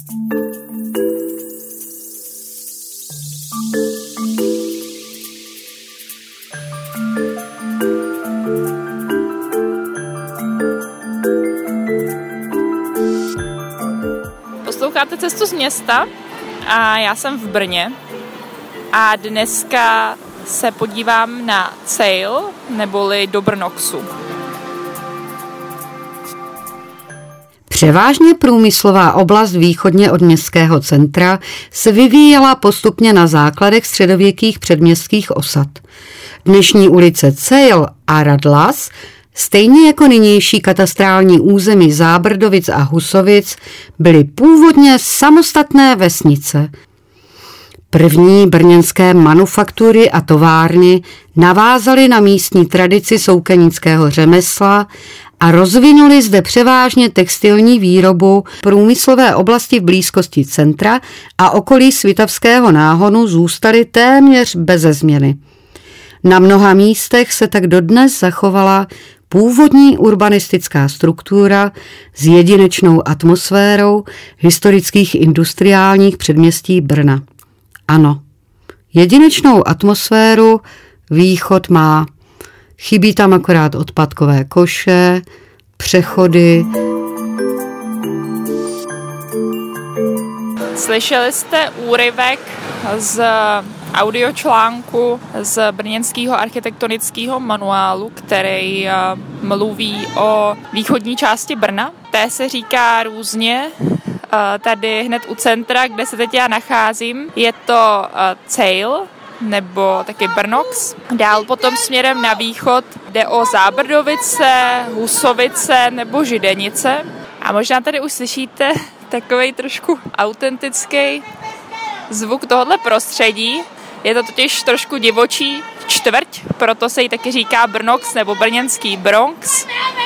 Posloucháte Cestu z města a já jsem v Brně a dneska se podívám na Cejl neboli do Brnoxu. Převážně průmyslová oblast východně od městského centra se vyvíjela postupně na základech středověkých předměstských osad. Dnešní ulice Cejl a Radlas, stejně jako nynější katastrální území Zábrdovic a Husovic, byly původně samostatné vesnice. První brněnské manufaktury a továrny navázaly na místní tradici soukenického řemesla a rozvinuli zde převážně textilní výrobu. Průmyslové oblasti v blízkosti centra a okolí Svitavského náhonu zůstaly téměř beze změny. Na mnoha místech se tak dodnes zachovala původní urbanistická struktura s jedinečnou atmosférou historických industriálních předměstí Brna. Ano, jedinečnou atmosféru východ má. Chybí tam akorát odpadkové koše, přechody. Slyšeli jste úryvek z audiočlánku z brněnského architektonického manuálu, který mluví o východní části Brna. Té se říká různě. Tady hned u centra, kde se teď já nacházím, je to Cejl, nebo taky Brnox. Dál potom směrem na východ jde o Zábrdovice, Husovice nebo Židenice. A možná tady už slyšíte takovej trošku autentický zvuk tohohle prostředí. Je to totiž trošku divočí čtvrť, proto se jí taky říká Brnox nebo brněnský Bronx.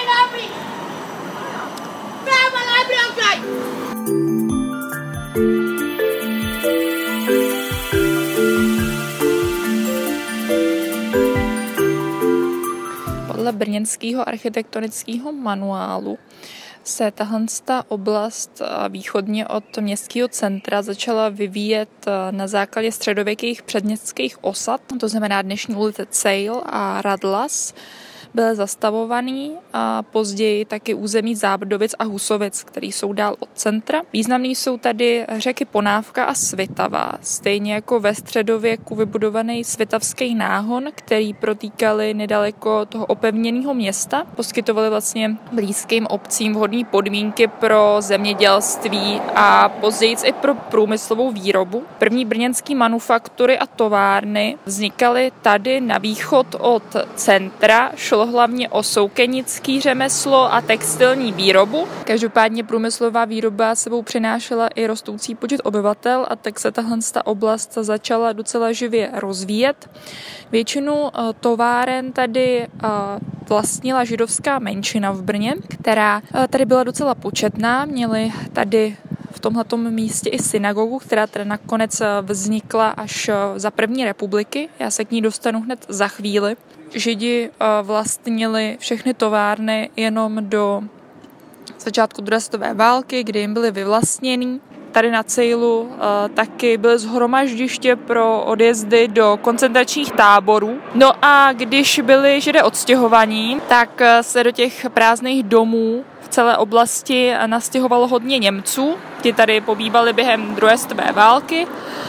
Podle brněnského architektonického manuálu se tahle oblast východně od městského centra začala vyvíjet na základě středověkých předměstských osad, to znamená dnešní ulice Cejl a Radlas, byly zastavovaný a později taky území Zábrdovic a Husovic, které jsou dál od centra. Významný jsou tady řeky Ponávka a Svitava, stejně jako ve středověku vybudovaný Svitavský náhon, který protýkaly nedaleko toho opevněného města. Poskytovaly vlastně blízkým obcím vhodné podmínky pro zemědělství a později i pro průmyslovou výrobu. První brněnské manufaktury a továrny vznikaly tady na východ od centra. Šlo hlavně o soukenické řemeslo a textilní výrobu. Každopádně průmyslová výroba sebou přinášela i rostoucí počet obyvatel a tak se tahle oblast začala docela živě rozvíjet. Většinu továren tady vlastnila židovská menšina v Brně, která tady byla docela početná. Měli tady v tomhletom místě i synagogu, která teda nakonec vznikla až za první republiky. Já se k ní dostanu hned za chvíli. Židi vlastnili všechny továrny jenom do začátku druhé světové války, kdy jim byly vyvlastněny. Tady na Cejlu taky byly shromaždiště pro odjezdy do koncentračních táborů. No a když byli Židé odstěhovaní, tak se do těch prázdných domů v celé oblasti nastěhovalo hodně Němců. Ti tady pobývali během druhé světové války.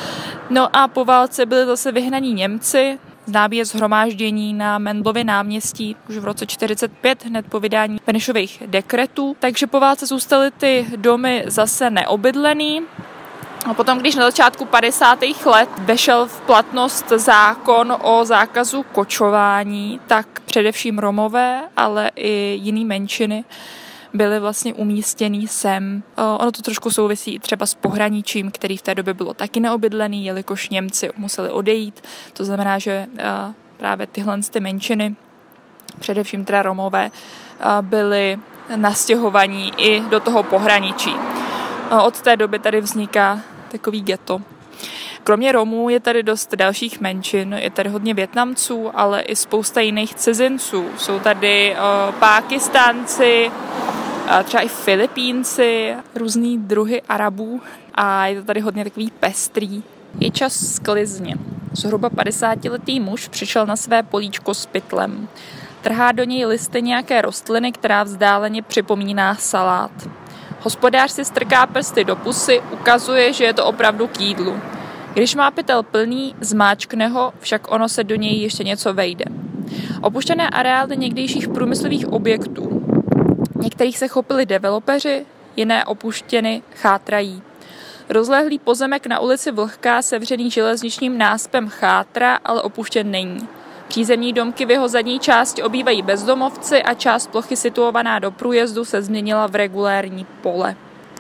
No a po válce byli zase vyhnaní Němci. Známý je shromáždění na Mendlově náměstí už v roce 1945, hned po vydání Benešových dekretů. Takže po válce zůstaly ty domy zase neobydlený. A potom, když na začátku 50. let vešel v platnost zákon o zákazu kočování, tak především Romové, ale i jiný menšiny byly vlastně umístěný sem. Ono to trošku souvisí třeba s pohraničím, který v té době bylo taky neobydlený, jelikož Němci museli odejít. To znamená, že právě tyhle menšiny, především teda Romové, byly nastěhovaní i do toho pohraničí. Od té doby tady vzniká takový ghetto. Kromě Romů je tady dost dalších menšin, je tady hodně Vietnamců, ale i spousta jiných cizinců. Jsou tady Pákistánci, třeba i Filipínci, různý druhy Arabů a je to tady hodně takový pestrý. Je čas sklizně. Zhruba 50letý muž přišel na své políčko s pytlem. Trhá do něj listy nějaké rostliny, která vzdáleně připomíná salát. Hospodář si strká prsty do pusy, ukazuje, že je to opravdu k jídlu. Když má pytel plný, zmáčkne ho, však ono se do něj ještě něco vejde. Opuštěné areály někdejších průmyslových objektů. Některých se chopili developeři, jiné opuštěny chátrají. Rozlehlý pozemek na ulici Vlhká, sevřený železničním náspem, chátra, ale opuštěn není. Přízemní domky v jeho zadní části obývají bezdomovci a část plochy situovaná do průjezdu se změnila v regulérní pole.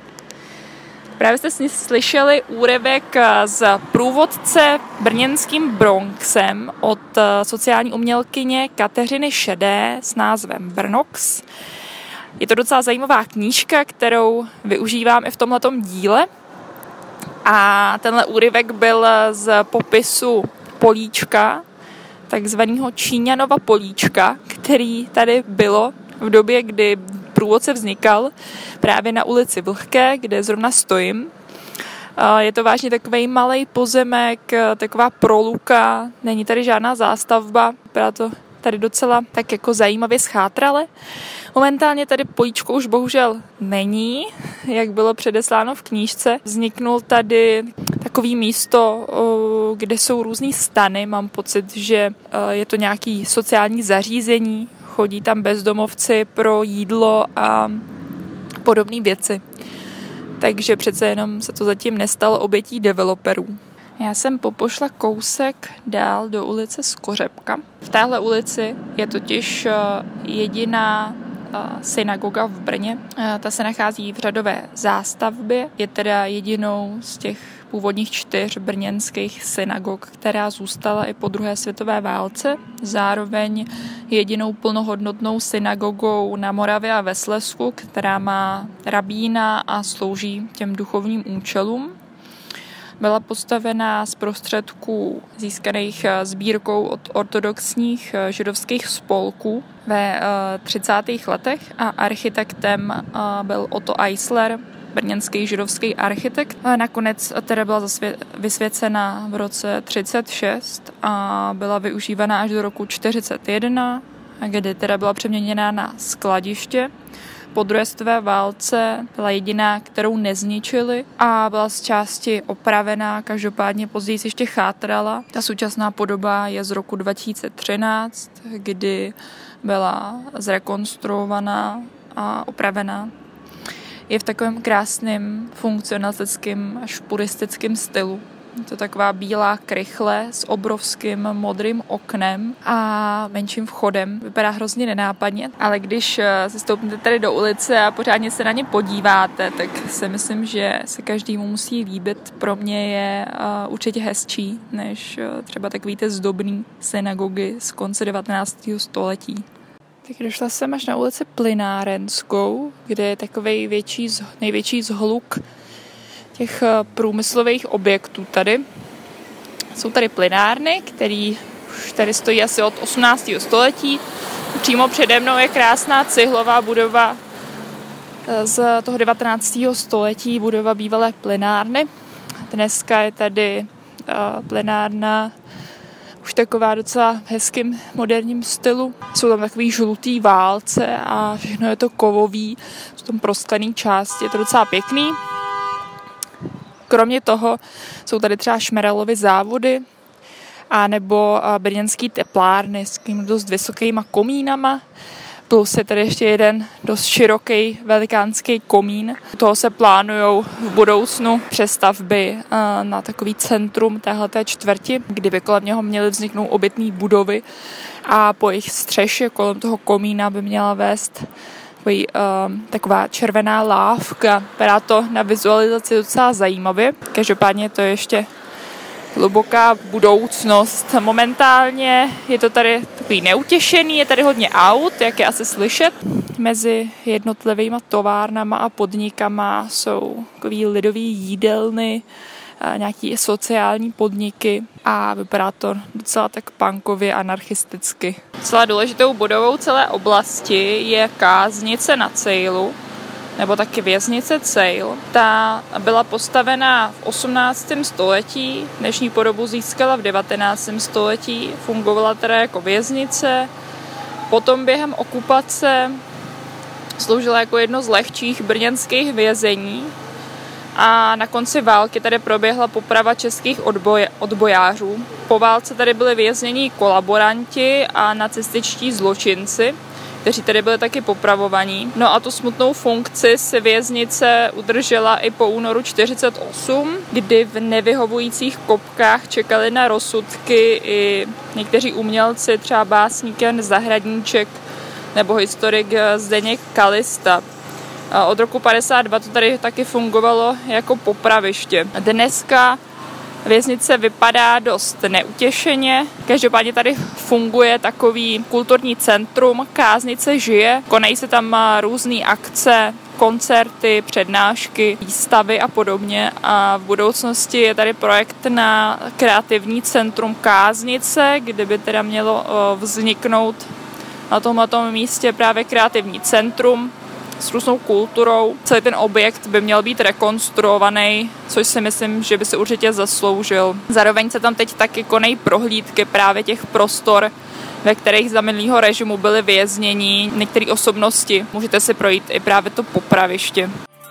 Právě jste slyšeli úryvek z průvodce brněnským Bronxem od sociální umělkyně Kateřiny Šedé s názvem Brnox. Je to docela zajímavá knížka, kterou využívám i v tomhletom díle. A tenhle úryvek byl z popisu políčka, takzvaného Číňanova políčka, který tady bylo v době, kdy průvodce vznikal právě na ulici Vlhké, kde zrovna stojím. Je to vážně takovej malej pozemek, taková proluka, není tady žádná zástavba, byla to tady docela tak jako zajímavě schátrale. Momentálně tady políčko už bohužel není, jak bylo předesláno v knížce. Vzniknul tady takový místo, kde jsou různý stany. Mám pocit, že je to nějaký sociální zařízení, chodí tam bezdomovci pro jídlo a podobné věci. Takže přece jenom se to zatím nestalo obětí developerů. Já jsem popošla kousek dál do ulice Skořepka. V téhle ulici je totiž jediná synagoga v Brně. Ta se nachází v řadové zástavbě. Je teda jedinou z těch původních 4 brněnských synagog, která zůstala i po druhé světové válce. Zároveň jedinou plnohodnotnou synagogou na Moravě a ve Slezsku, která má rabína a slouží těm duchovním účelům. Byla postavená z prostředků získaných sbírkou od ortodoxních židovských spolků ve 30. letech a architektem byl Otto Eisler, brněnský židovský architekt. Nakonec teda byla vysvěcena v roce 36 a byla využívaná až do roku 41, kdy teda byla přeměněna na skladiště. Po druhé světové válce byla jediná, kterou nezničili a byla z části opravená, každopádně později se ještě chátrala. Ta současná podoba je z roku 2013, kdy byla zrekonstruovaná a opravená. Je v takovém krásném funkcionalistickém až puristickém stylu. Je to taková bílá krychle s obrovským modrým oknem a menším vchodem. Vypadá hrozně nenápadně, ale když se stoupnete tady do ulice a pořádně se na ně podíváte, tak si myslím, že se každému musí líbit. Pro mě je určitě hezčí než třeba takový ty zdobný synagogy z konce 19. století. Tak došla jsem až na ulici Plynárenskou, kde je takovej největší zhluk těch průmyslových objektů tady. Jsou tady plynárny, který už tady stojí asi od 18. století. Přímo přede mnou je krásná cihlová budova z toho 19. století, budova bývalé plynárny. Dneska je tady plynárna už taková docela hezkým moderním stylu. Jsou tam takový žlutý válce a všechno je to kovový, jsou tam prosklený části, je to docela pěkný. Kromě toho jsou tady třeba Šmerelovy závody a nebo brněnský teplárny s dost vysokýma komínama. Plus je tady ještě jeden dost široký velikánský komín. U toho se plánujou v budoucnu přestavby na takový centrum téhleté čtvrti, kdy by kolem něho měly vzniknout obytné budovy a po jejich střeše kolem toho komína by měla vést taková červená lávka. Vypadá to na vizualizaci docela zajímavě. Každopádně to je ještě hluboká budoucnost. Momentálně je to tady takový neutěšený, je tady hodně aut, jak je asi slyšet. Mezi jednotlivými továrnama a podnikama jsou takový lidový jídelny, nějaký sociální podniky a vypadá to docela tak punkově anarchisticky. Docela důležitou budovou celé oblasti je káznice na Cejlu. nebo taky věznice Cejl. Ta byla postavena v 18. století, dnešní podobu získala v 19. století, fungovala teda jako věznice. Potom během okupace sloužila jako jedno z lehčích brněnských vězení a na konci války tady proběhla poprava českých odbojářů. Po válce tady byli věznění kolaboranti a nacističtí zločinci, kteří tady byli taky popravovaní. No a tu smutnou funkci si věznice udržela i po únoru 1948, kdy v nevyhovujících kopkách čekali na rozsudky i někteří umělci, třeba básník Jan Zahradníček nebo historik Zdeněk Kalista. Od roku 1952 to tady taky fungovalo jako popraviště. Dneska věznice vypadá dost neutěšeně, každopádně tady funguje takový kulturní centrum, Káznice žije, konají se tam různé akce, koncerty, přednášky, výstavy a podobně a v budoucnosti je tady projekt na kreativní centrum Káznice, kde by teda mělo vzniknout na tomto místě právě kreativní centrum s různou kulturou. Celý ten objekt by měl být rekonstruovaný, což si myslím, že by se určitě zasloužil. Zároveň se tam teď taky konají prohlídky právě těch prostor, ve kterých za minulého režimu byly věznění některé osobnosti. Můžete si projít i právě to popraviště.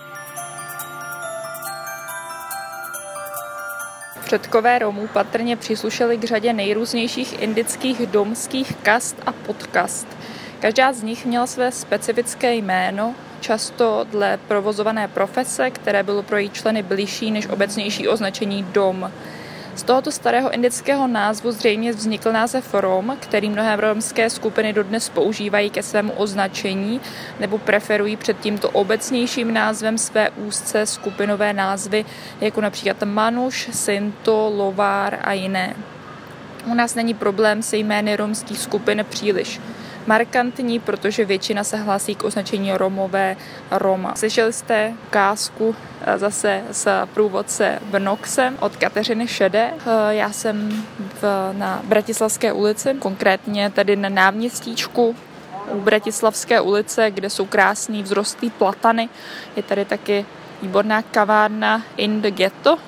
Předkové Romů patrně příslušeli k řadě nejrůznějších indických domských kast a podkast. Každá z nich měla své specifické jméno, často dle provozované profese, které bylo pro její členy bližší než obecnější označení dom. Z tohoto starého indického názvu zřejmě vznikl název Rom, který mnohé romské skupiny dodnes používají ke svému označení nebo preferují před tímto obecnějším názvem své úzce skupinové názvy, jako například Manuš, Sinto, Lovár a jiné. U nás není problém se jmény romských skupin příliš markantní, protože většina se hlásí k označení Romové, Roma. Slyšeli jste ukázku zase z průvodce Vnoxe od Kateřiny Šedé. Já jsem na Bratislavské ulici, konkrétně tady na náměstíčku u Bratislavské ulice, kde jsou krásný vzrostlý platany. Je tady taky výborná kavárna In the Ghetto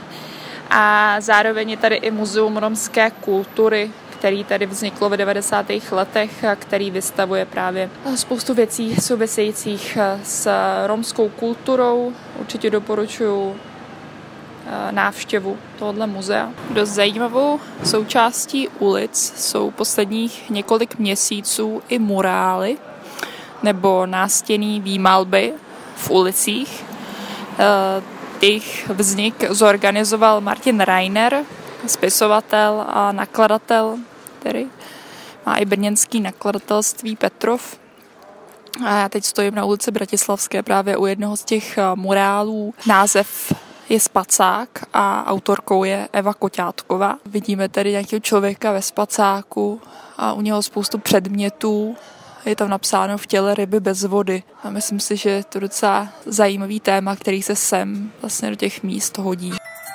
a zároveň je tady i muzeum romské kultury, který tady vzniklo v 90. letech a který vystavuje právě spoustu věcí souvisejících s romskou kulturou. Určitě doporučuji návštěvu tohoto muzea. Dost zajímavou součástí ulic jsou posledních několik měsíců i murály nebo nástěnné výmalby v ulicích. Jejich vznik zorganizoval Martin Reiner, spisovatel a nakladatel, který má i brněnský nakladatelství Petrov. A já teď stojím na ulici Bratislavské právě u jednoho z těch murálů. Název je Spacák a autorkou je Eva Koťátková. Vidíme tady nějakého člověka ve spacáku a u něho spoustu předmětů. Je tam napsáno v těle ryby bez vody. A myslím si, že je to docela zajímavý téma, který se sem vlastně do těch míst hodí.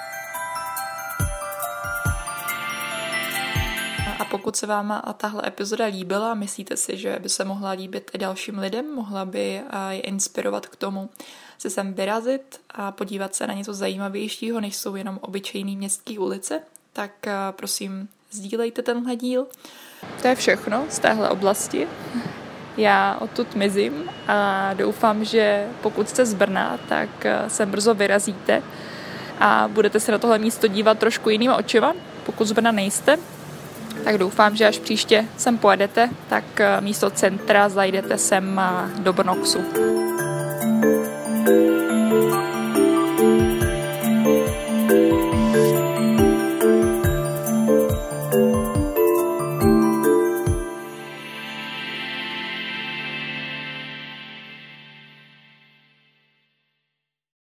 A pokud se vám tahle epizoda líbila, myslíte si, že by se mohla líbit i dalším lidem, mohla by je inspirovat k tomu se sem vyrazit a podívat se na něco zajímavějšího, než jsou jenom obyčejné městské ulice, tak prosím sdílejte tenhle díl. To je všechno z téhle oblasti. Já odtud mizím a doufám, že pokud jste z Brna, tak sem brzo vyrazíte a budete se na tohle místo dívat trošku jinýma očima. Pokud z Brna nejste, tak doufám, že až příště sem pojedete, tak místo centra zajdete sem do Brnoxu.